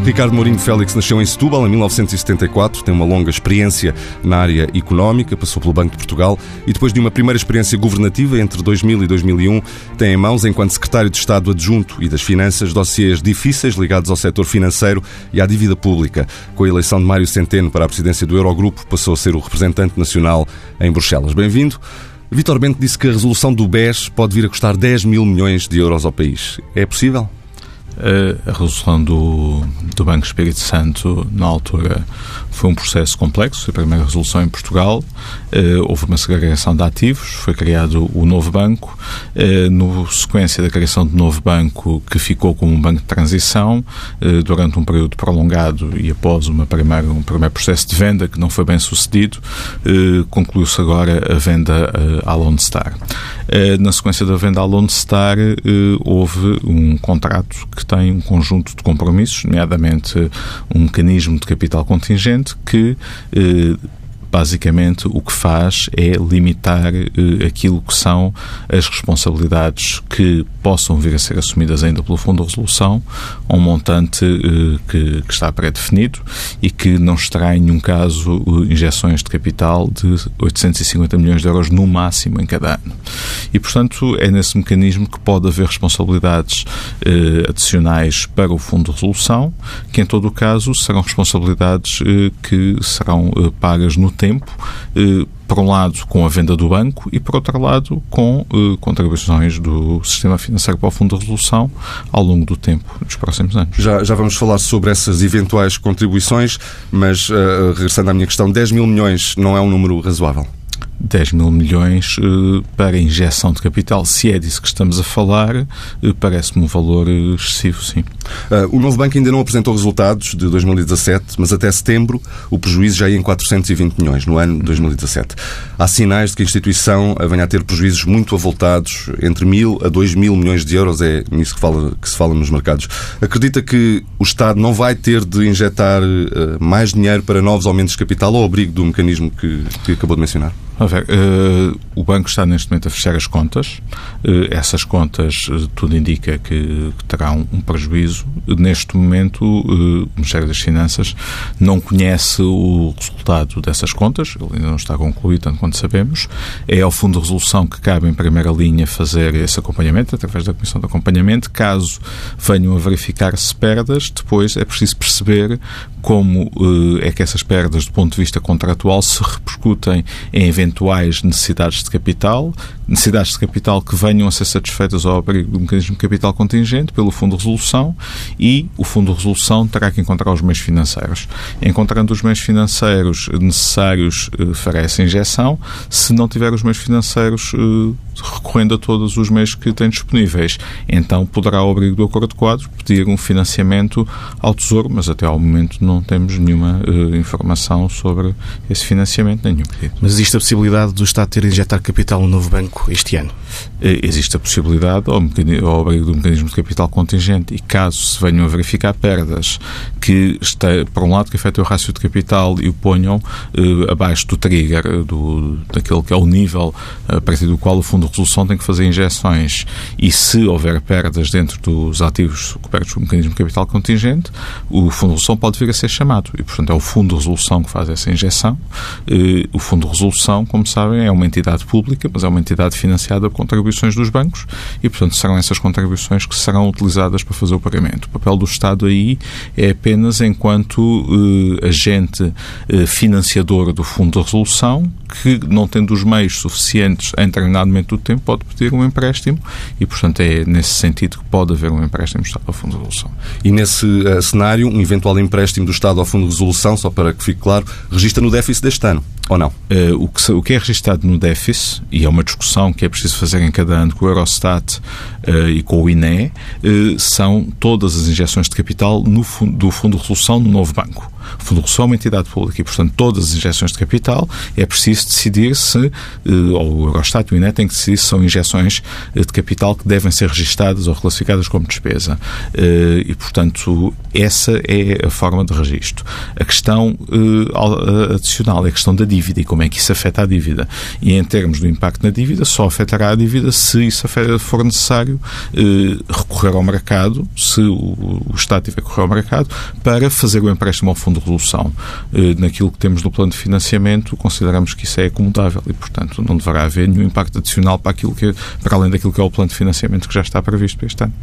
Ricardo Mourinho Félix nasceu em Setúbal em 1974, tem uma longa experiência na área económica, passou pelo Banco de Portugal e depois de uma primeira experiência governativa entre 2000 e 2001, tem em mãos, enquanto secretário de Estado adjunto e das Finanças, dossiês difíceis ligados ao setor financeiro e à dívida pública. Com a eleição de Mário Centeno para a presidência do Eurogrupo, passou a ser o representante nacional em Bruxelas. Bem-vindo. Vítor Bento disse que a resolução do BES pode vir a custar 10 mil milhões de euros ao país. É possível? A resolução do Banco Espírito Santo, na altura, foi um processo complexo. Foi a primeira resolução em Portugal. Houve uma segregação de ativos, foi criado o novo banco. No sequência da criação do novo banco, que ficou como um banco de transição, durante um período prolongado e após um primeiro processo de venda que não foi bem sucedido, concluiu-se agora a venda à Lone Star. Na sequência da venda à Lone Star, houve um contrato que tem um conjunto de compromissos, nomeadamente um mecanismo de capital contingente que basicamente o que faz é limitar aquilo que são as responsabilidades que possam vir a ser assumidas ainda pelo Fundo de Resolução a um montante que está pré-definido e que não extrai em nenhum caso injeções de capital de 850 milhões de euros no máximo em cada ano. E, portanto, é nesse mecanismo que pode haver responsabilidades adicionais para o Fundo de Resolução, que em todo o caso serão responsabilidades que serão pagas no tempo, por um lado com a venda do banco e por outro lado com contribuições do sistema financeiro para o Fundo de Resolução ao longo do tempo, dos próximos anos. Já vamos falar sobre essas eventuais contribuições, mas regressando à minha questão, 10 mil milhões não é um número razoável? 10 mil milhões para injeção de capital, se é disso que estamos a falar, parece-me um valor excessivo, sim. O novo banco ainda não apresentou resultados de 2017, mas até setembro o prejuízo já ia em 420 milhões, no ano de 2017. Há sinais de que a instituição venha a ter prejuízos muito avultados, entre 1.000 a 2 mil milhões de euros, é nisso que se fala nos mercados. Acredita que o Estado não vai ter de injetar mais dinheiro para novos aumentos de capital ao abrigo do mecanismo que acabou de mencionar? A ver, o banco está neste momento a fechar as contas. Essas contas, tudo indica que terão um prejuízo. Neste momento, o Ministério das Finanças não conhece o resultado dessas contas. Ele ainda não está concluído, tanto quanto sabemos. É ao Fundo de Resolução que cabe, em primeira linha, fazer esse acompanhamento, através da Comissão de Acompanhamento. Caso venham a verificar-se perdas, depois é preciso perceber como é que essas perdas, do ponto de vista contratual, se repercutem em eventuais necessidades de capital que venham a ser satisfeitas ao abrigo do mecanismo de capital contingente pelo Fundo de Resolução, e o Fundo de Resolução terá que encontrar os meios financeiros. Encontrando os meios financeiros necessários, fará essa injeção. Se não tiver os meios financeiros, recorrendo a todos os meios que tem disponíveis, então poderá, ao abrigo do acordo de quadro, pedir um financiamento ao Tesouro, mas até ao momento não temos nenhuma informação sobre esse financiamento, nenhum pedido. Mas existe a possibilidade do Estado ter de injetar capital no novo banco este ano? Existe a possibilidade, ao abrigo do mecanismo de capital contingente, e caso se venham a verificar perdas que, por um lado, que afetem o rácio de capital e o ponham abaixo do trigger, daquele que é o nível a partir do qual o Fundo de Resolução tem que fazer injeções, e se houver perdas dentro dos ativos cobertos pelo mecanismo de capital contingente, o Fundo de Resolução pode vir a ser chamado. E, portanto, é o Fundo de Resolução que faz essa injeção. O Fundo de Resolução, como sabem, é uma entidade pública, mas é uma entidade financiada por contribuições dos bancos e, portanto, serão essas contribuições que serão utilizadas para fazer o pagamento. O papel do Estado aí é apenas enquanto agente financiador do Fundo de Resolução, que, não tendo os meios suficientes em determinado momento do tempo, pode pedir um empréstimo e, portanto, é nesse sentido que pode haver um empréstimo do Estado ao Fundo de Resolução. E nesse cenário, um eventual empréstimo do Estado ao Fundo de Resolução, só para que fique claro, registra no déficit deste ano, ou não? O que é registado no déficit, e é uma discussão que é preciso fazer em cada ano com o Eurostat e com o INE, são todas as injeções de capital do Fundo de Resolução no novo banco. O Fundo de Resolução é uma entidade pública e, portanto, todas as injeções de capital é preciso decidir se, ou o Eurostat e o INE têm que decidir se são injeções de capital que devem ser registadas ou reclassificadas como despesa. E, portanto, essa é a forma de registro. A questão adicional é a questão da dívida e como é que isso afeta a dívida. E, em termos do impacto na dívida, só afetará a dívida se isso for necessário recorrer ao mercado, se o Estado tiver que recorrer ao mercado, para fazer o empréstimo ao Fundo de Resolução. Naquilo que temos no plano de financiamento, consideramos que isso é acomodável e, portanto, não deverá haver nenhum impacto adicional para além daquilo que é o plano de financiamento que já está previsto para este ano.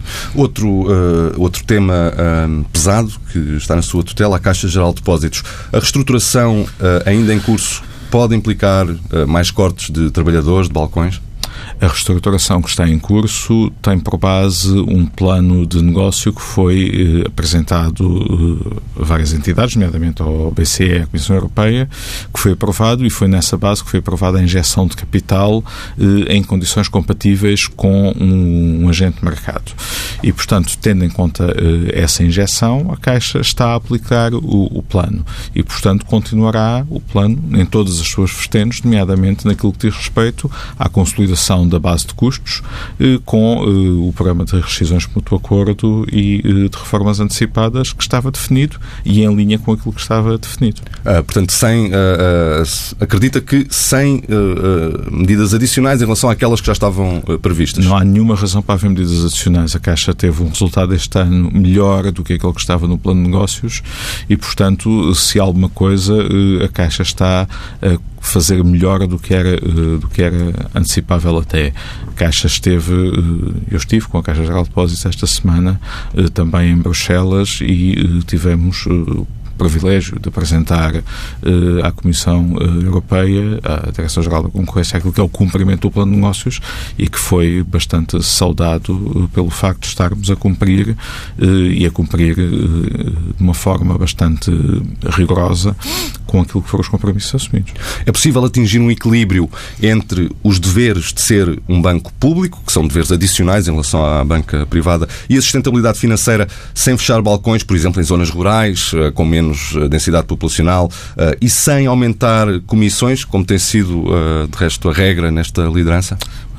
Outro tema pesado que está na sua tutela, a Caixa Geral de Depósitos. A reestruturação ainda em curso pode implicar mais cortes de trabalhadores, de balcões? A reestruturação que está em curso tem por base um plano de negócio que foi apresentado a várias entidades, nomeadamente ao BCE, à Comissão Europeia, que foi aprovado, e foi nessa base que foi aprovada a injeção de capital em condições compatíveis com um agente de mercado. E, portanto, tendo em conta essa injeção, a Caixa está a aplicar o plano e, portanto, continuará o plano em todas as suas vertentes, nomeadamente naquilo que diz respeito à consolidação da base de custos, com o programa de rescisões de mútuo acordo e de reformas antecipadas que estava definido e em linha com aquilo que estava definido. Portanto, acredita que sem medidas adicionais em relação àquelas que já estavam previstas? Não há nenhuma razão para haver medidas adicionais. A Caixa teve um resultado este ano melhor do que aquele que estava no plano de negócios e, portanto, se há alguma coisa, a Caixa está a fazer melhor do que era antecipável até. A Caixa eu estive com a Caixa Geral de Depósitos esta semana, também em Bruxelas, e tivemos privilégio de apresentar à Comissão Europeia, à Direção-Geral da Concorrência, aquilo que é o cumprimento do plano de negócios e que foi bastante saudado pelo facto de estarmos a cumprir e a cumprir de uma forma bastante rigorosa com aquilo que foram os compromissos assumidos. É possível atingir um equilíbrio entre os deveres de ser um banco público, que são deveres adicionais em relação à banca privada, e a sustentabilidade financeira sem fechar balcões, por exemplo, em zonas rurais, com menos densidade populacional, e sem aumentar comissões, como tem sido, de resto, a regra nesta liderança?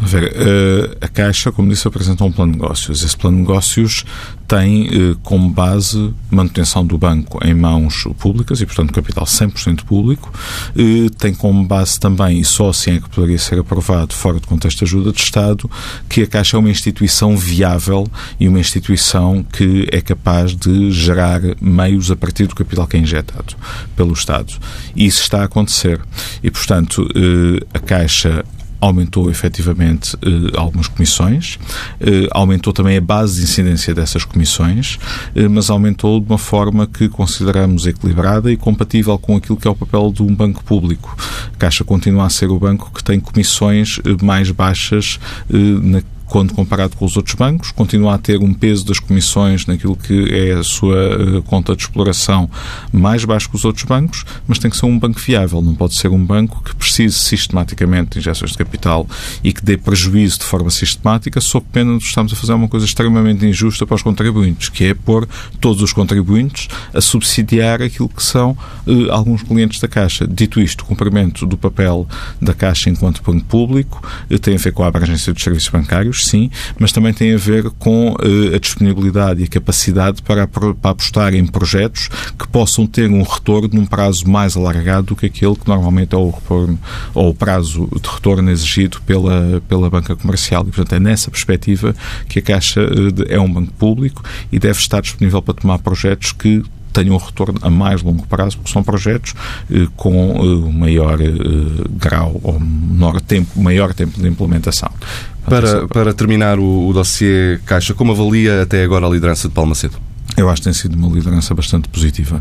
A Caixa, como disse, apresentou um plano de negócios. Esse plano de negócios tem como base manutenção do banco em mãos públicas e, portanto, capital 100% público. Tem como base também, e só assim é que poderia ser aprovado fora do contexto de ajuda de Estado, que a Caixa é uma instituição viável e uma instituição que é capaz de gerar meios a partir do capital que é injetado pelo Estado. E isso está a acontecer. E, portanto, a Caixa aumentou efetivamente algumas comissões, aumentou também a base de incidência dessas comissões, mas aumentou de uma forma que consideramos equilibrada e compatível com aquilo que é o papel de um banco público. A Caixa continua a ser o banco que tem comissões mais baixas quando comparado com os outros bancos, continua a ter um peso das comissões naquilo que é a sua conta de exploração mais baixo que os outros bancos, mas tem que ser um banco viável, não pode ser um banco que precise sistematicamente de injeções de capital e que dê prejuízo de forma sistemática, sob pena de estarmos a fazer uma coisa extremamente injusta para os contribuintes, que é pôr todos os contribuintes a subsidiar aquilo que são alguns clientes da Caixa. Dito isto, o cumprimento do papel da Caixa enquanto banco público tem a ver com a abrangência dos serviços bancários, sim, mas também tem a ver com a disponibilidade e a capacidade para apostar em projetos que possam ter um retorno num prazo mais alargado do que aquele que normalmente é o prazo de retorno exigido pela banca comercial. E, portanto, é nessa perspectiva que a Caixa é um banco público e deve estar disponível para tomar projetos que tenham um retorno a mais longo prazo, porque são projetos com maior grau ou maior tempo de implementação. Para terminar o dossiê Caixa, como avalia até agora a liderança de Paulo Macedo? Eu acho que tem sido uma liderança bastante positiva.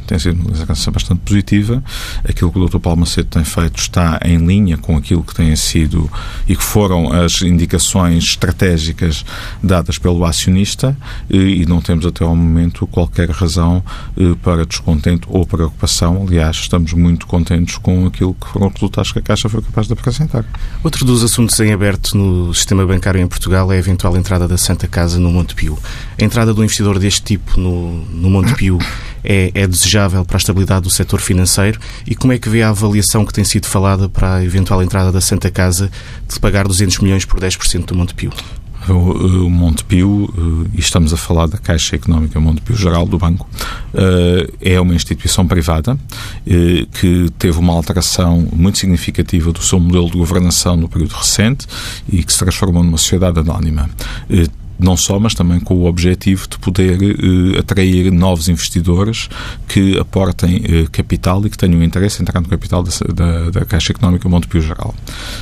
Aquilo que o Dr. Paulo Macedo tem feito está em linha com aquilo que tem sido e que foram as indicações estratégicas dadas pelo acionista, e não temos até ao momento qualquer razão para descontento ou preocupação. Aliás, estamos muito contentes com aquilo que foram os resultados que a Caixa foi capaz de apresentar. Outro dos assuntos em aberto no sistema bancário em Portugal é a eventual entrada da Santa Casa no Montepio. A entrada de um investidor deste tipo no no Montepio é desejável para a estabilidade do setor financeiro, e como é que vê a avaliação que tem sido falada para a eventual entrada da Santa Casa de pagar 200 milhões por 10% do Montepio? O Montepio, e estamos a falar da Caixa Económica Montepio Geral do Banco, é uma instituição privada que teve uma alteração muito significativa do seu modelo de governação no período recente e que se transformou numa sociedade anónima. Não só, mas também com o objetivo de poder atrair novos investidores que aportem capital e que tenham interesse em entrar no capital da Caixa Económica Montepio Geral.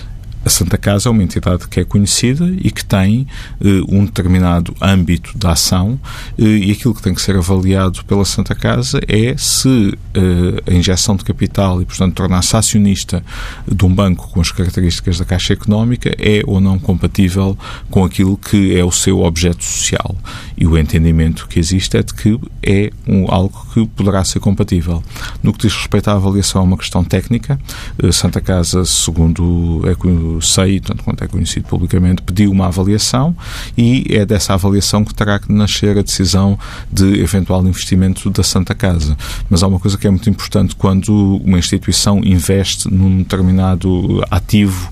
A Santa Casa é uma entidade que é conhecida e que tem um determinado âmbito de ação, e aquilo que tem que ser avaliado pela Santa Casa é se a injeção de capital e, portanto, tornar-se acionista de um banco com as características da Caixa Económica é ou não compatível com aquilo que é o seu objeto social. E o entendimento que existe é de que é algo que poderá ser compatível. No que diz respeito à avaliação, é uma questão técnica. A Santa Casa, segundo sei, tanto quanto é conhecido publicamente, pediu uma avaliação, e é dessa avaliação que terá que nascer a decisão de eventual investimento da Santa Casa. Mas há uma coisa que é muito importante quando uma instituição investe num determinado ativo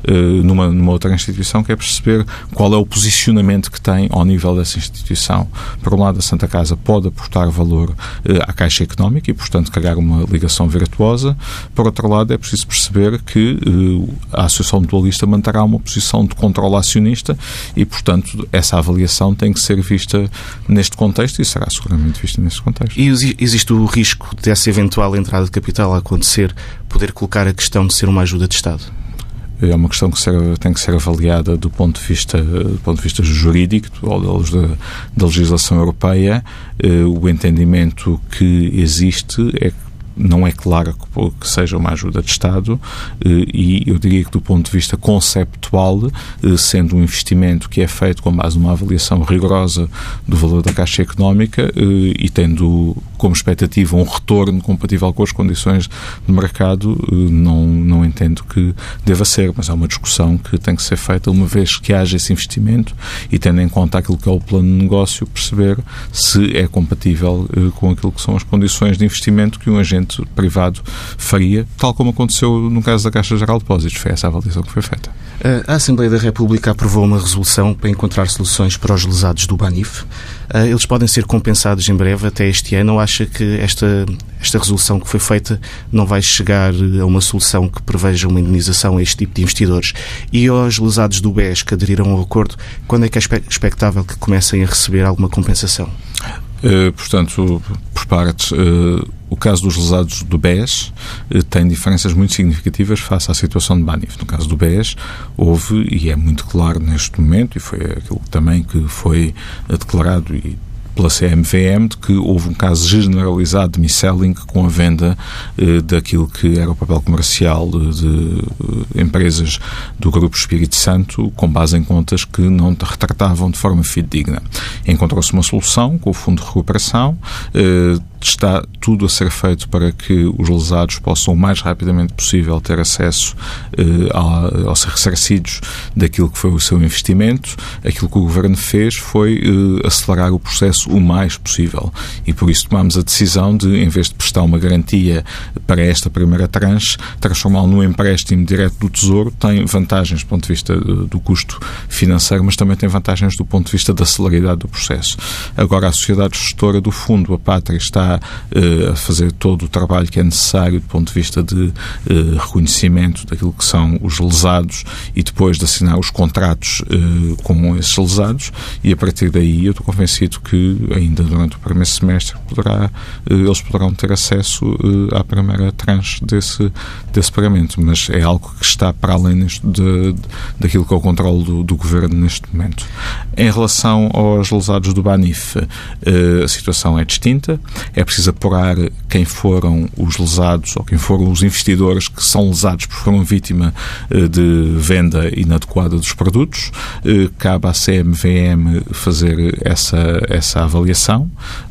numa outra instituição, que é perceber qual é o posicionamento que tem ao nível dessa instituição. Por um lado, a Santa Casa pode aportar valor à Caixa Económica e, portanto, criar uma ligação virtuosa. Por outro lado, é preciso perceber que a Associação Mutualista manterá uma posição de controle acionista e, portanto, essa avaliação tem que ser vista neste contexto e será seguramente vista neste contexto. E existe o risco dessa eventual entrada de capital a acontecer, poder colocar a questão de ser uma ajuda de Estado? É uma questão que tem que ser avaliada do ponto de vista jurídico, ou da luz da legislação europeia. O entendimento que existe é que não é claro que seja uma ajuda de Estado, e eu diria que do ponto de vista conceptual, sendo um investimento que é feito com base numa avaliação rigorosa do valor da Caixa Económica e tendo como expectativa um retorno compatível com as condições de mercado, não entendo que deva ser, mas há uma discussão que tem que ser feita uma vez que haja esse investimento e tendo em conta aquilo que é o plano de negócio, perceber se é compatível com aquilo que são as condições de investimento que um agente privado faria, tal como aconteceu no caso da Caixa Geral de Depósitos. Foi essa a avaliação que foi feita. A Assembleia da República aprovou uma resolução para encontrar soluções para os lesados do Banif. Eles podem ser compensados em breve, até este ano, ou acha que esta resolução que foi feita não vai chegar a uma solução que preveja uma indenização a este tipo de investidores? E aos lesados do BES que aderiram ao acordo, quando é que é expectável que comecem a receber alguma compensação? Portanto, por partes, o caso dos lesados do BES tem diferenças muito significativas face à situação de Banif. No caso do BES, houve, e é muito claro neste momento, e foi aquilo também que foi declarado pela CMVM, de que houve um caso generalizado de mis-selling com a venda daquilo que era o papel comercial de empresas do Grupo Espírito Santo, com base em contas que não retratavam de forma fidedigna. Encontrou-se uma solução com o Fundo de Recuperação. Está tudo a ser feito para que os lesados possam o mais rapidamente possível ter acesso ao ser ressarcidos daquilo que foi o seu investimento. Aquilo que o Governo fez foi acelerar o processo o mais possível e por isso tomámos a decisão de, em vez de prestar uma garantia para esta primeira tranche, transformá-lo num empréstimo direto do Tesouro. Tem vantagens do ponto de vista do custo financeiro, mas também tem vantagens do ponto de vista da celeridade do processo. Agora, a sociedade gestora do fundo, a Pátria, está a fazer todo o trabalho que é necessário do ponto de vista de reconhecimento daquilo que são os lesados e depois de assinar os contratos com esses lesados, e a partir daí eu estou convencido que ainda durante o primeiro semestre eles poderão ter acesso à primeira tranche desse pagamento, mas é algo que está para além daquilo que é o controle do Governo neste momento. Em relação aos lesados do Banif, a situação é distinta. É preciso apurar quem foram os lesados ou quem foram os investidores que são lesados porque foram vítima de venda inadequada dos produtos. Cabe à CMVM fazer essa avaliação.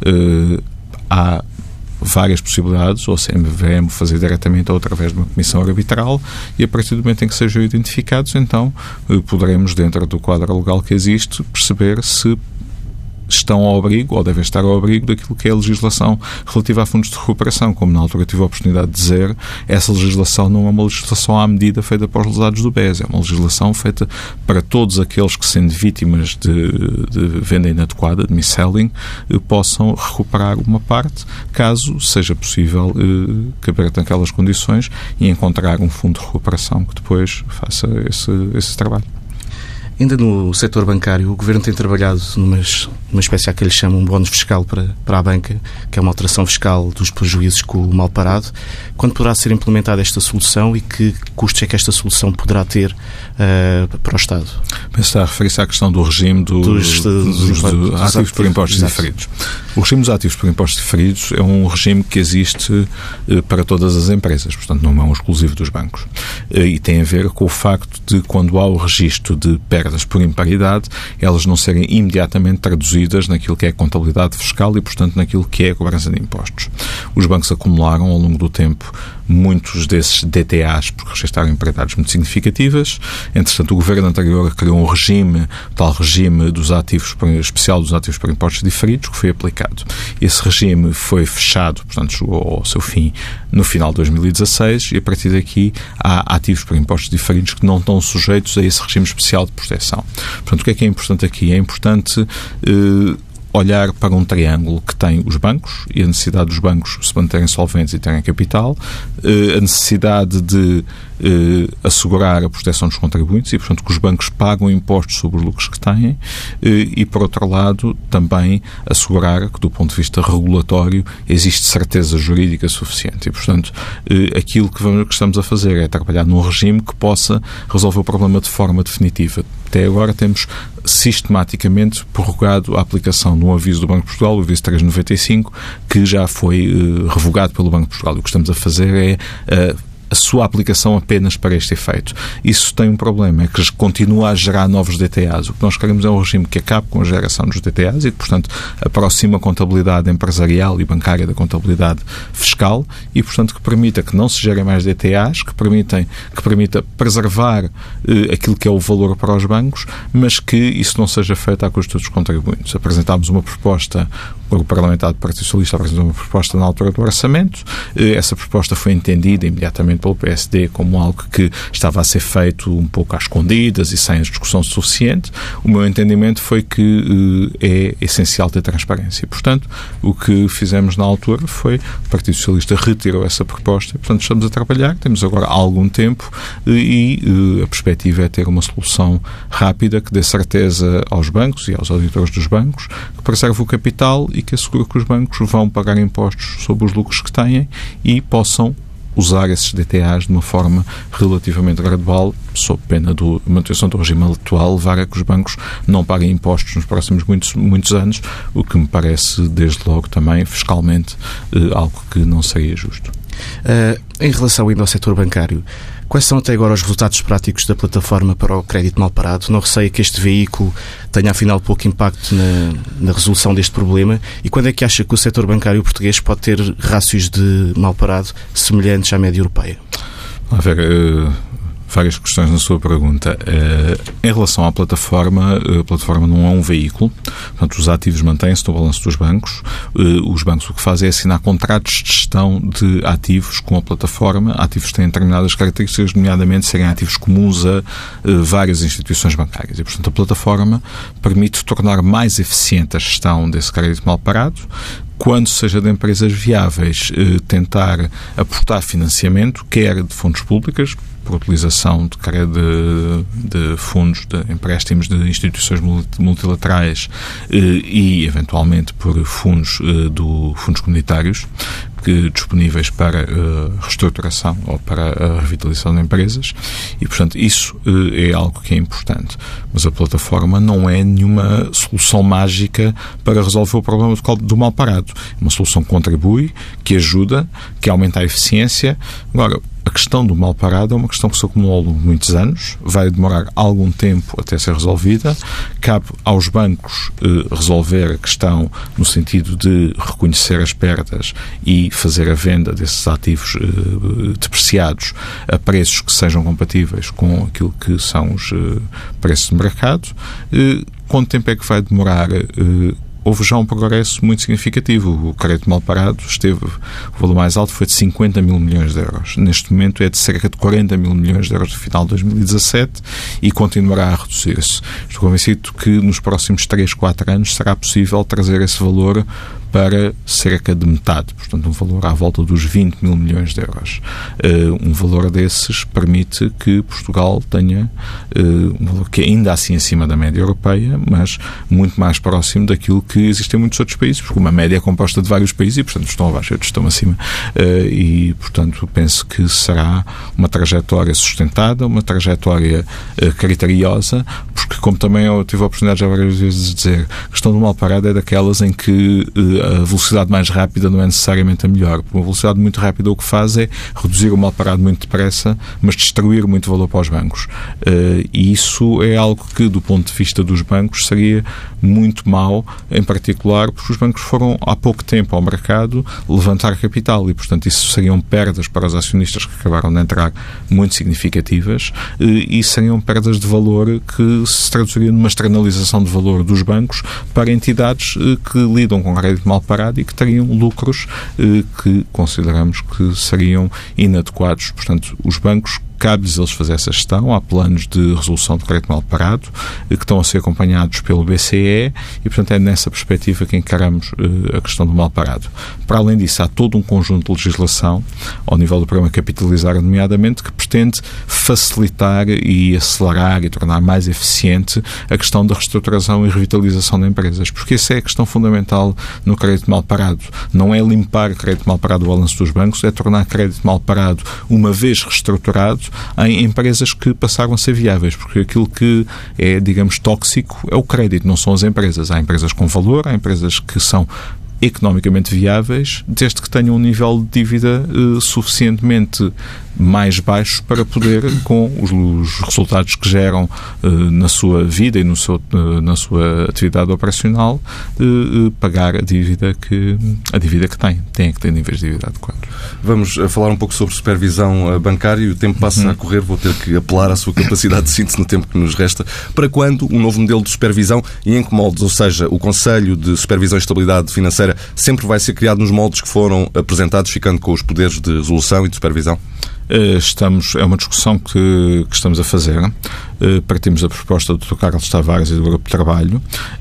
Há várias possibilidades, ou a CMVM fazer diretamente ou através de uma comissão arbitral, e a partir do momento em que sejam identificados, então poderemos, dentro do quadro legal que existe, perceber se estão ao abrigo, ou devem estar ao abrigo, daquilo que é a legislação relativa a fundos de recuperação. Como na altura tive a oportunidade de dizer, essa legislação não é uma legislação à medida feita para os lesados do BES, é uma legislação feita para todos aqueles que, sendo vítimas de venda inadequada, de mis-selling, possam recuperar uma parte, caso seja possível caber naquelas condições e encontrar um fundo de recuperação que depois faça esse trabalho. Ainda no setor bancário, o Governo tem trabalhado numa espécie a que lhe chamam um bónus fiscal para a banca, que é uma alteração fiscal dos prejuízos com o mal parado. Quando poderá ser implementada esta solução e que custos é que esta solução poderá ter para o Estado? Está a referir-se à questão do regime dos ativos por impostos diferidos. O regime dos ativos por impostos diferidos é um regime que existe para todas as empresas, portanto não é um exclusivo dos bancos. E tem a ver com o facto de, quando há o registro de perdas por imparidade, elas não serem imediatamente traduzidas naquilo que é a contabilidade fiscal e, portanto, naquilo que é a cobrança de impostos. Os bancos acumularam, ao longo do tempo, muitos desses DTAs, porque registraram imparidades muito significativas. Entretanto, o Governo anterior criou um regime, tal regime especial dos ativos por impostos diferidos, que foi aplicado. Esse regime foi fechado, portanto, chegou ao seu fim no final de 2016 e, a partir daqui, há ativos por impostos diferidos que não estão sujeitos a esse regime especial de proteção. Portanto, o que é importante aqui? É importante olhar para um triângulo que tem os bancos e a necessidade dos bancos se manterem solventes e terem capital, a necessidade de assegurar a proteção dos contribuintes e, portanto, que os bancos pagam impostos sobre os lucros que têm e, por outro lado, também assegurar que, do ponto de vista regulatório, existe certeza jurídica suficiente. E, portanto, aquilo que estamos a fazer é trabalhar num regime que possa resolver o problema de forma definitiva. Até agora temos sistematicamente prorrogado a aplicação de um aviso do Banco de Portugal, o aviso 395, que já foi revogado pelo Banco de Portugal. O que estamos a fazer é a sua aplicação apenas para este efeito. Isso tem um problema, é que continua a gerar novos DTAs. O que nós queremos é um regime que acabe com a geração dos DTAs e que, portanto, aproxima a contabilidade empresarial e bancária da contabilidade fiscal e, portanto, que permita que não se gerem mais DTAs, que permita preservar aquilo que é o valor para os bancos, mas que isso não seja feito à custa dos contribuintes. Apresentámos uma proposta, o Grupo Parlamentar do Partido Socialista apresentou uma proposta na altura do orçamento. Essa proposta foi entendida imediatamente pelo PSD como algo que estava a ser feito um pouco às escondidas e sem a discussão suficiente. O meu entendimento foi que é essencial ter transparência. Portanto, o que fizemos na altura foi, o Partido Socialista retirou essa proposta e, portanto, estamos a trabalhar, temos agora algum tempo e a perspectiva é ter uma solução rápida que dê certeza aos bancos e aos auditores dos bancos, que preserve o capital e que assegure que os bancos vão pagar impostos sobre os lucros que têm e possam usar esses DTAs de uma forma relativamente gradual, sob pena da manutenção do regime atual, levar a que os bancos não paguem impostos nos próximos muitos anos, o que me parece, desde logo, também fiscalmente, algo que não seria justo. Em relação ainda ao setor bancário, quais são até agora os resultados práticos da plataforma para o crédito mal parado? Não receia que este veículo tenha afinal pouco impacto na resolução deste problema? E quando é que acha que o setor bancário português pode ter rácios de mal parado semelhantes à média europeia? A ver, várias questões na sua pergunta. Em relação à plataforma, a plataforma não é um veículo, portanto os ativos mantêm-se no balanço dos bancos. Os bancos o que fazem é assinar contratos de gestão de ativos com a plataforma. Ativos que têm determinadas características, nomeadamente serem ativos comuns a várias instituições bancárias. E, portanto, a plataforma permite tornar mais eficiente a gestão desse crédito mal parado, quando seja de empresas viáveis, tentar aportar financiamento, quer de fundos públicos, por utilização de fundos, de empréstimos de instituições multilaterais e, eventualmente, por fundos comunitários disponíveis para reestruturação ou para a revitalização de empresas e, portanto, isso é algo que é importante. Mas a plataforma não é nenhuma solução mágica para resolver o problema do mal parado. É uma solução que contribui, que ajuda, que aumenta a eficiência. Agora, a questão do mal parado é uma questão que se acumulou ao longo de muitos anos, vai demorar algum tempo até ser resolvida. Cabe aos bancos resolver a questão no sentido de reconhecer as perdas e fazer a venda desses ativos depreciados a preços que sejam compatíveis com aquilo que são os preços de mercado. Quanto tempo é que vai demorar houve já um progresso muito significativo. O crédito mal parado o valor mais alto foi de 50 mil milhões de euros. Neste momento é de cerca de 40 mil milhões de euros no final de 2017 e continuará a reduzir-se. Estou convencido que nos próximos 3, 4 anos será possível trazer esse valor para cerca de metade, portanto um valor à volta dos 20 mil milhões de euros. Um valor desses permite que Portugal tenha um valor que é ainda assim acima da média europeia, mas muito mais próximo daquilo que existe em muitos outros países, porque uma média é composta de vários países e, portanto, estão abaixo, outros estão acima. E, portanto, penso que será uma trajetória sustentada, uma trajetória criteriosa, porque, como também eu tive a oportunidade já várias vezes de dizer, a questão do mal parado é daquelas em que a velocidade mais rápida não é necessariamente a melhor. Porque uma velocidade muito rápida o que faz é reduzir o mal parado muito depressa, mas destruir muito valor para os bancos. E isso é algo que, do ponto de vista dos bancos, seria muito mau, em particular porque os bancos foram há pouco tempo ao mercado levantar capital e, portanto, isso seriam perdas para os acionistas que acabaram de entrar muito significativas e seriam perdas de valor que se traduziriam numa externalização de valor dos bancos para entidades que lidam com crédito mal parado e que teriam lucros que consideramos que seriam inadequados. Portanto, os bancos, cabe-lhes eles fazer essa gestão. Há planos de resolução de crédito mal parado que estão a ser acompanhados pelo BCE e, portanto, é nessa perspectiva que encaramos a questão do mal parado. Para além disso, há todo um conjunto de legislação, ao nível do programa Capitalizar, nomeadamente, que pretende facilitar e acelerar e tornar mais eficiente a questão da reestruturação e revitalização de empresas, porque essa é a questão fundamental no crédito mal parado. Não é limpar crédito mal parado do balanço dos bancos, é tornar crédito mal parado, uma vez reestruturado, em empresas que passaram a ser viáveis, porque aquilo que é, digamos, tóxico é o crédito, não são as empresas. Há empresas com valor, há empresas que são economicamente viáveis, desde que tenham um nível de dívida suficientemente mais baixo para poder, com os resultados que geram na sua vida e na sua atividade operacional, pagar a dívida que têm. Têm que ter níveis de dívida adequados. Vamos falar um pouco sobre supervisão bancária. O tempo passa a correr, vou ter que apelar à sua capacidade de síntese no tempo que nos resta. Para quando um novo modelo de supervisão e em que moldes? Ou seja, o Conselho de Supervisão e Estabilidade Financeira sempre vai ser criado nos moldes que foram apresentados, ficando com os poderes de resolução e de supervisão? É uma discussão que estamos a fazer. Partimos da proposta do Dr. Carlos Tavares e do Grupo de Trabalho.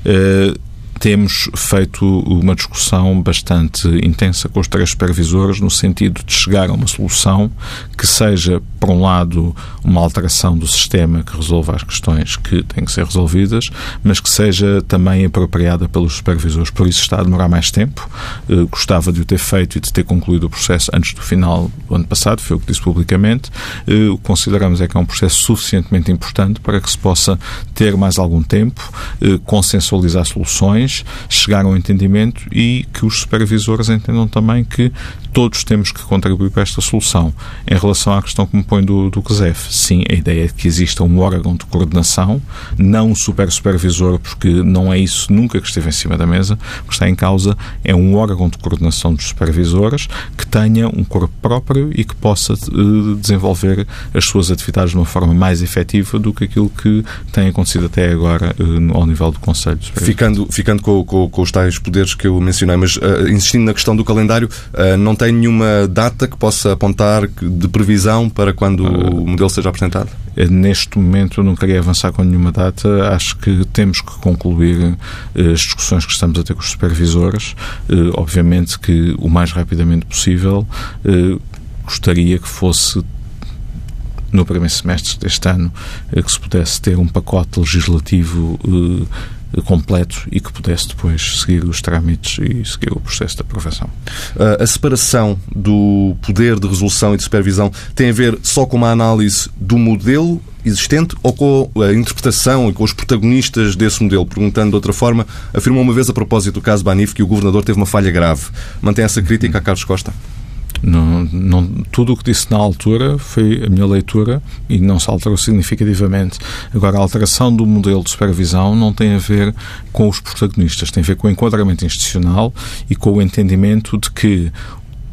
Temos feito uma discussão bastante intensa com os 3 supervisores no sentido de chegar a uma solução que seja, por um lado, uma alteração do sistema que resolva as questões que têm que ser resolvidas, mas que seja também apropriada pelos supervisores. Por isso está a demorar mais tempo. Gostava de o ter feito e de ter concluído o processo antes do final do ano passado, foi o que disse publicamente. O que consideramos é que é um processo suficientemente importante para que se possa ter mais algum tempo, consensualizar soluções, chegar a um entendimento e que os supervisores entendam também que todos temos que contribuir para esta solução. Em relação à questão que me põe do CESEF, sim, a ideia é que exista um órgão de coordenação, não um supervisor, porque não é isso nunca que esteve em cima da mesa. O que está em causa é um órgão de coordenação dos supervisores que tenha um corpo próprio e que possa desenvolver as suas atividades de uma forma mais efetiva do que aquilo que tem acontecido até agora ao nível do Conselho de Supervisão. Ficando com os tais poderes que eu mencionei, mas insistindo na questão do calendário, não tem nenhuma data que possa apontar de previsão para quando o modelo seja apresentado? Neste momento eu não queria avançar com nenhuma data. Acho que temos que concluir as discussões que estamos a ter com os supervisores. Obviamente que o mais rapidamente possível. Gostaria que fosse no primeiro semestre deste ano que se pudesse ter um pacote legislativo completo e que pudesse depois seguir os trâmites e seguir o processo de aprovação. A separação do poder de resolução e de supervisão tem a ver só com uma análise do modelo existente ou com a interpretação e com os protagonistas desse modelo? Perguntando de outra forma, afirmou uma vez a propósito do caso Banif que o Governador teve uma falha grave. Mantém essa crítica a Carlos Costa? Não, tudo o que disse na altura foi a minha leitura e não se alterou significativamente. Agora, a alteração do modelo de supervisão não tem a ver com os protagonistas, tem a ver com o enquadramento institucional e com o entendimento de que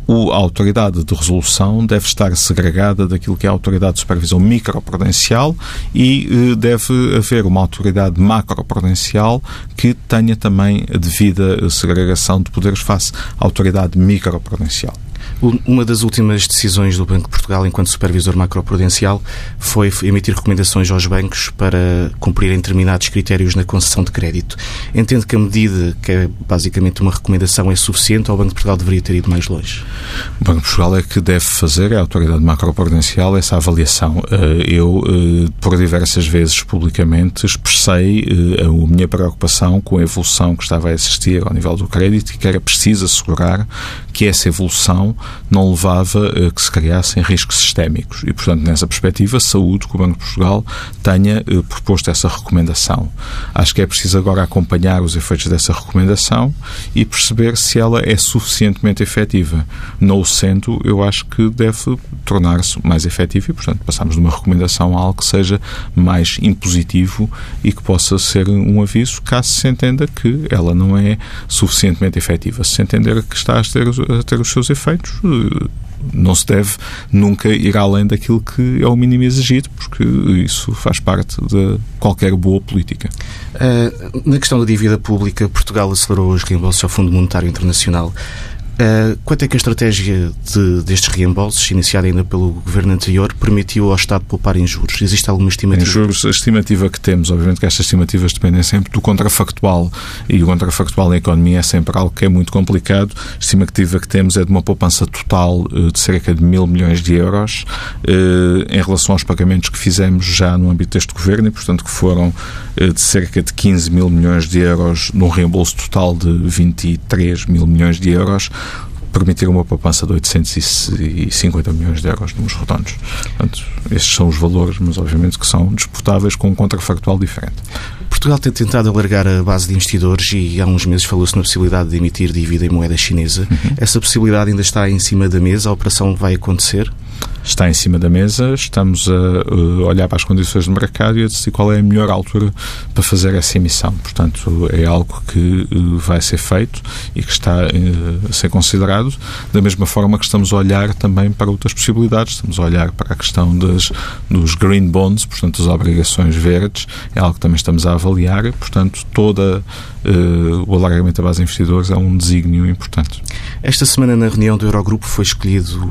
A autoridade de resolução deve estar segregada daquilo que é a autoridade de supervisão microprudencial e deve haver uma autoridade macroprudencial que tenha também a devida segregação de poderes face à autoridade microprudencial. Uma das últimas decisões do Banco de Portugal enquanto supervisor macroprudencial foi emitir recomendações aos bancos para cumprirem determinados critérios na concessão de crédito. Entende que a medida, que é basicamente uma recomendação, é suficiente ou o Banco de Portugal deveria ter ido mais longe? O Banco de Portugal é que deve fazer, a autoridade macroprudencial, essa avaliação. Eu, por diversas vezes publicamente, expressei a minha preocupação com a evolução que estava a existir ao nível do crédito e que era preciso assegurar que essa evolução não levava a que se criassem riscos sistémicos. E, portanto, nessa perspectiva, saúde que o Banco de Portugal tenha proposto essa recomendação. Acho que é preciso agora acompanhar os efeitos dessa recomendação e perceber se ela é suficientemente efetiva. Não o sendo, eu acho que deve tornar-se mais efetiva e, portanto, passamos de uma recomendação a algo que seja mais impositivo e que possa ser um aviso, caso se entenda que ela não é suficientemente efetiva. Se entender que está a ter os seus efeitos, não se deve nunca ir além daquilo que é o mínimo exigido, porque isso faz parte de qualquer boa política. Na questão da dívida pública, Portugal acelerou os reembolsos ao Fundo Monetário Internacional. Quanto é que a estratégia destes reembolsos, iniciada ainda pelo governo anterior, permitiu ao Estado poupar em juros? Existe alguma estimativa? Em juros, a estimativa que temos, obviamente que estas estimativas dependem sempre do contrafactual, e o contrafactual na economia é sempre algo que é muito complicado. A estimativa que temos é de uma poupança total de cerca de 1.000 milhões de euros em relação aos pagamentos que fizemos já no âmbito deste governo e, portanto, que foram de cerca de 15 mil milhões de euros num reembolso total de 23 mil milhões de euros, permitir uma poupança de 850 milhões de euros, números redondos. Portanto, estes são os valores, mas obviamente que são disputáveis com um contrafactual diferente. Portugal tem tentado alargar a base de investidores e há uns meses falou-se na possibilidade de emitir dívida em moeda chinesa. Essa possibilidade ainda está em cima da mesa? A operação vai acontecer? Está em cima da mesa, estamos a olhar para as condições do mercado e a decidir qual é a melhor altura para fazer essa emissão. Portanto, é algo que vai ser feito e que está a ser considerado, da mesma forma que estamos a olhar também para outras possibilidades. Estamos a olhar para a questão dos green bonds, portanto, as obrigações verdes, é algo que também estamos a avaliar e, portanto, o alargamento da base de investidores é um desígnio importante. Esta semana, na reunião do Eurogrupo, foi escolhido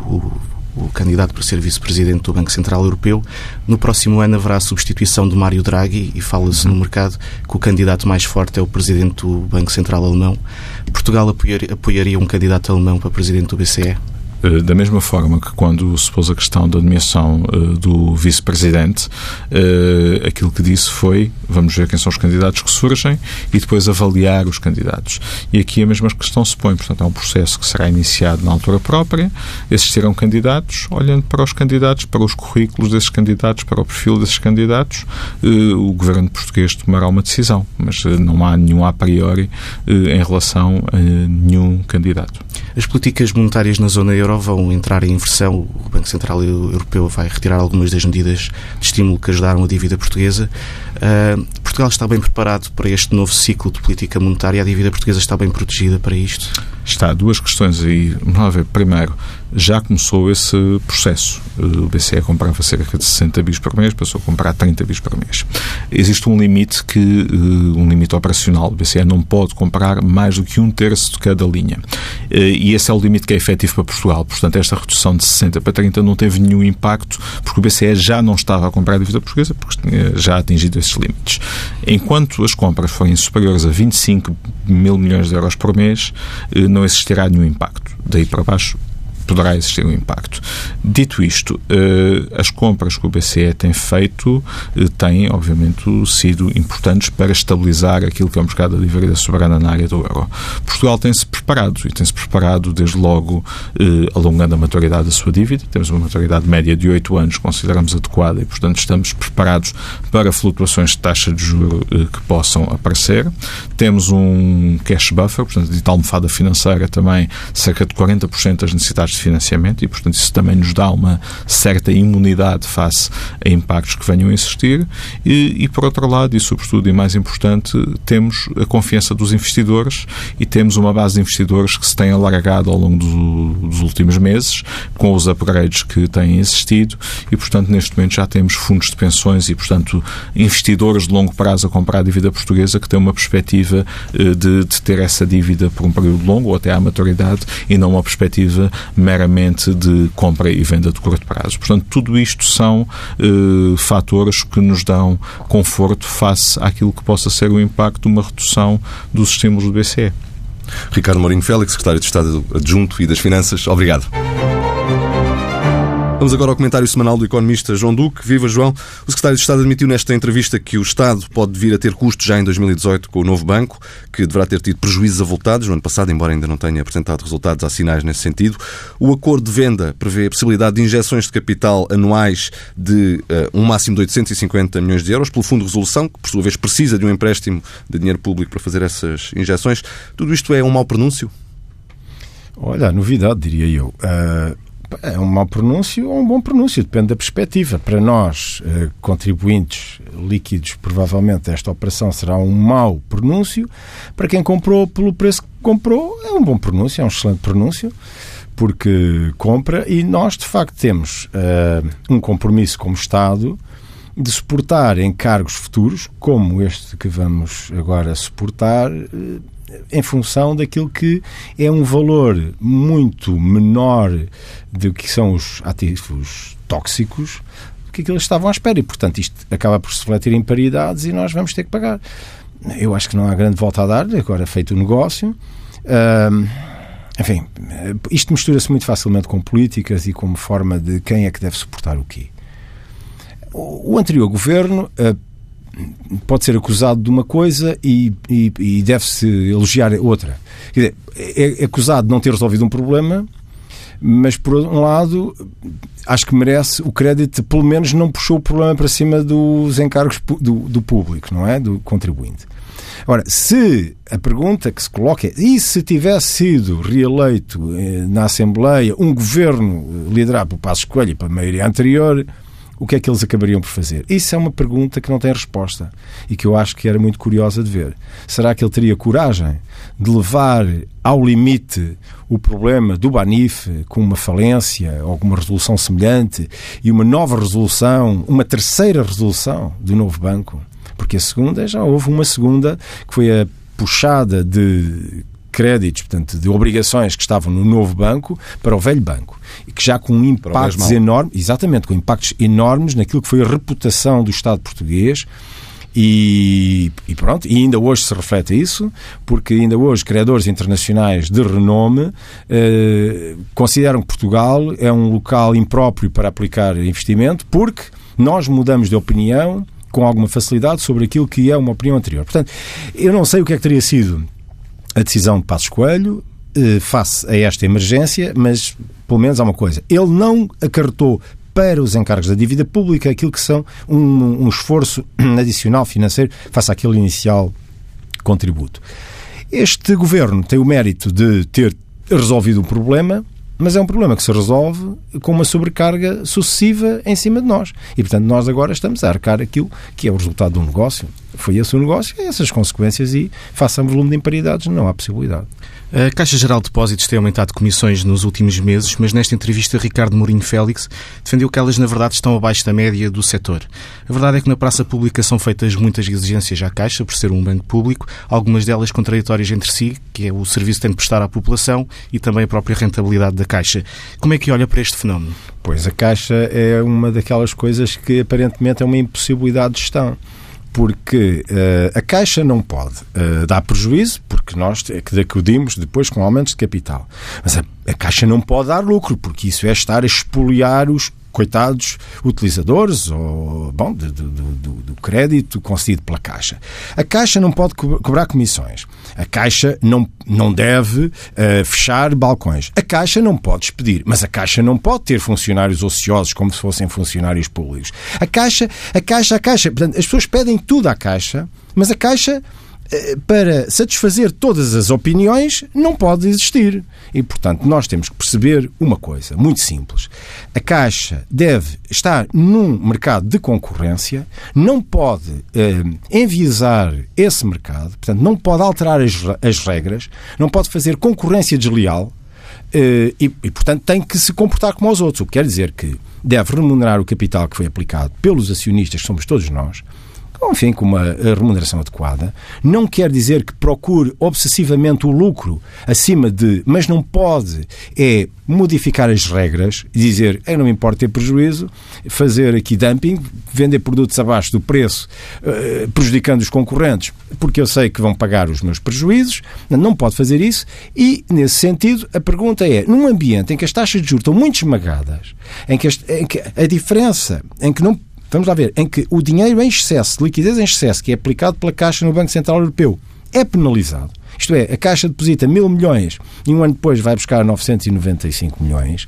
o candidato para ser vice-presidente do Banco Central Europeu. No próximo ano haverá a substituição de Mário Draghi e fala-se no mercado que o candidato mais forte é o presidente do Banco Central alemão. Portugal apoiaria um candidato alemão para presidente do BCE? Da mesma forma que quando se pôs a questão da nomeação do vice-presidente, aquilo que disse foi: vamos ver quem são os candidatos que surgem e depois avaliar os candidatos. E aqui a mesma questão se põe. Portanto, é um processo que será iniciado na altura própria. Existirão candidatos, olhando para os candidatos, para os currículos desses candidatos, para o perfil desses candidatos, o governo português tomará uma decisão, mas não há nenhum a priori em relação a nenhum candidato. As políticas monetárias na zona euro vão entrar em inversão. O Banco Central Europeu vai retirar algumas das medidas de estímulo que ajudaram a dívida portuguesa. Portugal está bem preparado para este novo ciclo de política monetária? A dívida portuguesa está bem protegida para isto? Está. Duas questões aí. Vamos lá ver. Primeiro, já começou esse processo. O BCE comprava cerca de 60 bis por mês, passou a comprar 30 bis por mês. Existe um limite um limite operacional. O BCE não pode comprar mais do que 1/3 de cada linha. E esse é o limite que é efetivo para Portugal. Portanto, esta redução de 60 para 30 não teve nenhum impacto, porque o BCE já não estava a comprar a dívida portuguesa, porque tinha já atingido esses limites. Enquanto as compras forem superiores a 25 mil milhões de euros por mês, não existirá nenhum impacto. Daí para baixo poderá existir um impacto. Dito isto, as compras que o BCE tem feito têm, obviamente, sido importantes para estabilizar aquilo que é o mercado da dívida soberana na área do euro. Portugal tem-se preparado, e tem-se preparado desde logo alongando a maturidade da sua dívida. Temos uma maturidade média de 8 anos, consideramos adequada, e, portanto, estamos preparados para flutuações de taxa de juros que possam aparecer. Temos um cash buffer, portanto, de tal almofada financeira também, cerca de 40% das necessidades de financiamento e, portanto, isso também nos dá uma certa imunidade face a impactos que venham a existir e por outro lado, e sobretudo e mais importante, temos a confiança dos investidores e temos uma base de investidores que se tem alargado ao longo dos últimos meses com os upgrades que têm existido e, portanto, neste momento já temos fundos de pensões e, portanto, investidores de longo prazo a comprar a dívida portuguesa que têm uma perspectiva de ter essa dívida por um período longo ou até à maturidade e não uma perspectiva meramente de compra e venda de curto prazo. Portanto, tudo isto são fatores que nos dão conforto face àquilo que possa ser o impacto de uma redução dos estímulos do BCE. Ricardo Mourinho Félix, Secretário de Estado Adjunto e das Finanças, obrigado. Vamos agora ao comentário semanal do economista João Duque. Viva, João. O Secretário de Estado admitiu nesta entrevista que o Estado pode vir a ter custos já em 2018 com o novo banco, que deverá ter tido prejuízos avultados no ano passado, embora ainda não tenha apresentado resultados, há sinais nesse sentido. O acordo de venda prevê a possibilidade de injeções de capital anuais de um máximo de 850 milhões de euros pelo Fundo de Resolução, que por sua vez precisa de um empréstimo de dinheiro público para fazer essas injeções. Tudo isto é um mau pronúncio? Olha, a novidade, diria eu. É um mau pronúncio ou um bom pronúncio, depende da perspectiva. Para nós, contribuintes líquidos, provavelmente esta operação será um mau pronúncio. Para quem comprou pelo preço que comprou, é um bom pronúncio, é um excelente pronúncio, porque compra e nós, de facto, temos um compromisso como Estado de suportar encargos futuros, como este que vamos agora suportar, em função daquilo que é um valor muito menor do que são os ativos tóxicos do que eles estavam à espera. E, portanto, isto acaba por se refletir em paridades e nós vamos ter que pagar. Eu acho que não há grande volta a dar, agora feito o negócio. Enfim, isto mistura-se muito facilmente com políticas e como forma de quem é que deve suportar o quê. O anterior governo pode ser acusado de uma coisa e deve-se elogiar outra. Quer dizer, é acusado de não ter resolvido um problema, mas, por um lado, acho que merece o crédito, pelo menos não puxou o problema para cima dos encargos do público, não é? Do contribuinte. Ora, se a pergunta que se coloca é, e se tivesse sido reeleito na Assembleia um governo liderado por Passos Coelho e pela maioria anterior, o que é que eles acabariam por fazer? Isso é uma pergunta que não tem resposta e que eu acho que era muito curiosa de ver. Será que ele teria coragem de levar ao limite o problema do Banif com uma falência ou com uma resolução semelhante e uma nova resolução, uma terceira resolução do novo banco? Porque a segunda, já houve uma segunda que foi a puxada de créditos, portanto, de obrigações que estavam no novo banco para o velho banco e que já com impactos enormes, exatamente, com impactos enormes naquilo que foi a reputação do Estado português e pronto, e ainda hoje se reflete isso, porque ainda hoje credores internacionais de renome consideram que Portugal é um local impróprio para aplicar investimento porque nós mudamos de opinião com alguma facilidade sobre aquilo que é uma opinião anterior. Portanto, eu não sei o que é que teria sido a decisão de Passos Coelho face a esta emergência, mas pelo menos há uma coisa. Ele não acarretou para os encargos da dívida pública aquilo que são um esforço adicional financeiro face àquele inicial contributo. Este governo tem o mérito de ter resolvido um problema, mas é um problema que se resolve com uma sobrecarga sucessiva em cima de nós. E, portanto, nós agora estamos a arcar aquilo que é o resultado de um negócio. Foi esse o negócio, essas consequências e, face a um volume de imparidades, não há possibilidade. A Caixa Geral de Depósitos tem aumentado comissões nos últimos meses, mas nesta entrevista Ricardo Mourinho Félix defendeu que elas, na verdade, estão abaixo da média do setor. A verdade é que na praça pública são feitas muitas exigências à Caixa, por ser um banco público, algumas delas contraditórias entre si, que é o serviço que tem de prestar à população e também a própria rentabilidade da Caixa. Como é que olha para este fenómeno? Pois, a Caixa é uma daquelas coisas que aparentemente é uma impossibilidade de gestão. Porque a Caixa não pode dar prejuízo, porque nós é que acudimos depois com aumentos de capital. Mas a Caixa não pode dar lucro, porque isso é estar a expoliar os coitados utilizadores ou, bom, do crédito concedido pela Caixa. A Caixa não pode cobrar comissões. A Caixa não deve fechar balcões. A Caixa não pode despedir. Mas a Caixa não pode ter funcionários ociosos como se fossem funcionários públicos. A Caixa. Portanto, as pessoas pedem tudo à Caixa, mas a Caixa para satisfazer todas as opiniões, não pode existir. E, portanto, nós temos que perceber uma coisa muito simples. A Caixa deve estar num mercado de concorrência, não pode enviesar esse mercado, portanto, não pode alterar as regras, não pode fazer concorrência desleal e, portanto, tem que se comportar como os outros. O que quer dizer que deve remunerar o capital que foi aplicado pelos acionistas, que somos todos nós, enfim, com uma remuneração adequada. Não quer dizer que procure obsessivamente o lucro acima de... Mas não pode modificar as regras e dizer, não me importa ter prejuízo, fazer aqui dumping, vender produtos abaixo do preço, prejudicando os concorrentes, porque eu sei que vão pagar os meus prejuízos. Não pode fazer isso e, nesse sentido, a pergunta é, num ambiente em que as taxas de juros estão muito esmagadas, em que a diferença, em que não... Vamos lá ver, em que o dinheiro em excesso, liquidez em excesso, que é aplicado pela Caixa no Banco Central Europeu, é penalizado. Isto é, a Caixa deposita 1.000 milhões e um ano depois vai buscar 995 milhões.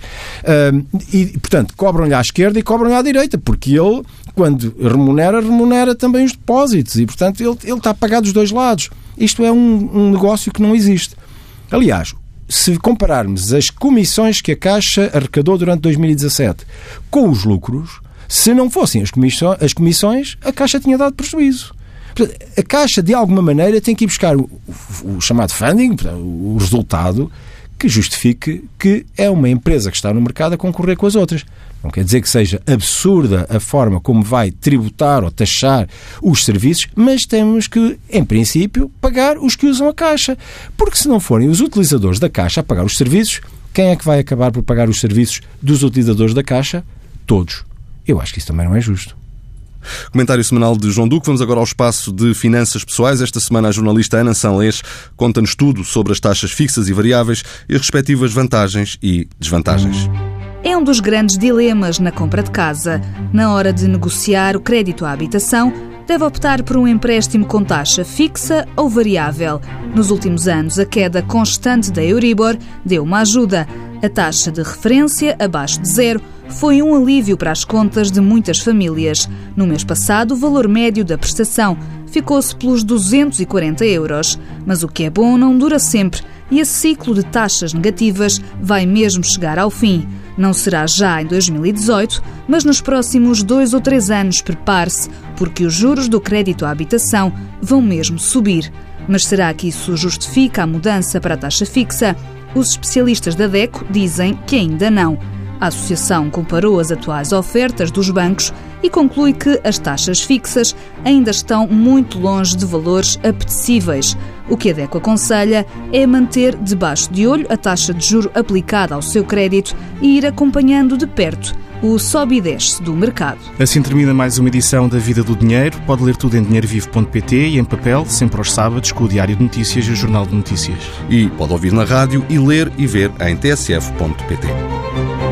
E, portanto, cobram-lhe à esquerda e cobram-lhe à direita, porque ele, quando remunera também os depósitos e, portanto, ele está a pagar dos dois lados. Isto é um negócio que não existe. Aliás, se compararmos as comissões que a Caixa arrecadou durante 2017 com os lucros, se não fossem as comissões, a Caixa tinha dado prejuízo. Portanto, a Caixa, de alguma maneira, tem que ir buscar o chamado funding, o resultado, que justifique que é uma empresa que está no mercado a concorrer com as outras. Não quer dizer que seja absurda a forma como vai tributar ou taxar os serviços, mas temos que, em princípio, pagar os que usam a Caixa. Porque se não forem os utilizadores da Caixa a pagar os serviços, quem é que vai acabar por pagar os serviços dos utilizadores da Caixa? Todos. Eu acho que isso também não é justo. Comentário semanal de João Duque. Vamos agora ao espaço de finanças pessoais. Esta semana a jornalista Ana Sanlês conta-nos tudo sobre as taxas fixas e variáveis e as respectivas vantagens e desvantagens. É um dos grandes dilemas na compra de casa. Na hora de negociar o crédito à habitação, deve optar por um empréstimo com taxa fixa ou variável. Nos últimos anos, a queda constante da Euribor deu uma ajuda. A taxa de referência, abaixo de zero, foi um alívio para as contas de muitas famílias. No mês passado, o valor médio da prestação ficou-se pelos 240 €. Mas o que é bom não dura sempre e esse ciclo de taxas negativas vai mesmo chegar ao fim. Não será já em 2018, mas nos próximos 2 ou 3 anos, prepare-se, porque os juros do crédito à habitação vão mesmo subir. Mas será que isso justifica a mudança para a taxa fixa? Os especialistas da DECO dizem que ainda não. A associação comparou as atuais ofertas dos bancos e conclui que as taxas fixas ainda estão muito longe de valores apetecíveis. O que a DECO aconselha é manter debaixo de olho a taxa de juro aplicada ao seu crédito e ir acompanhando de perto o sobe e desce do mercado. Assim termina mais uma edição da Vida do Dinheiro. Pode ler tudo em dinheirovivo.pt e em papel, sempre aos sábados, com o Diário de Notícias e o Jornal de Notícias. E pode ouvir na rádio e ler e ver em tsf.pt.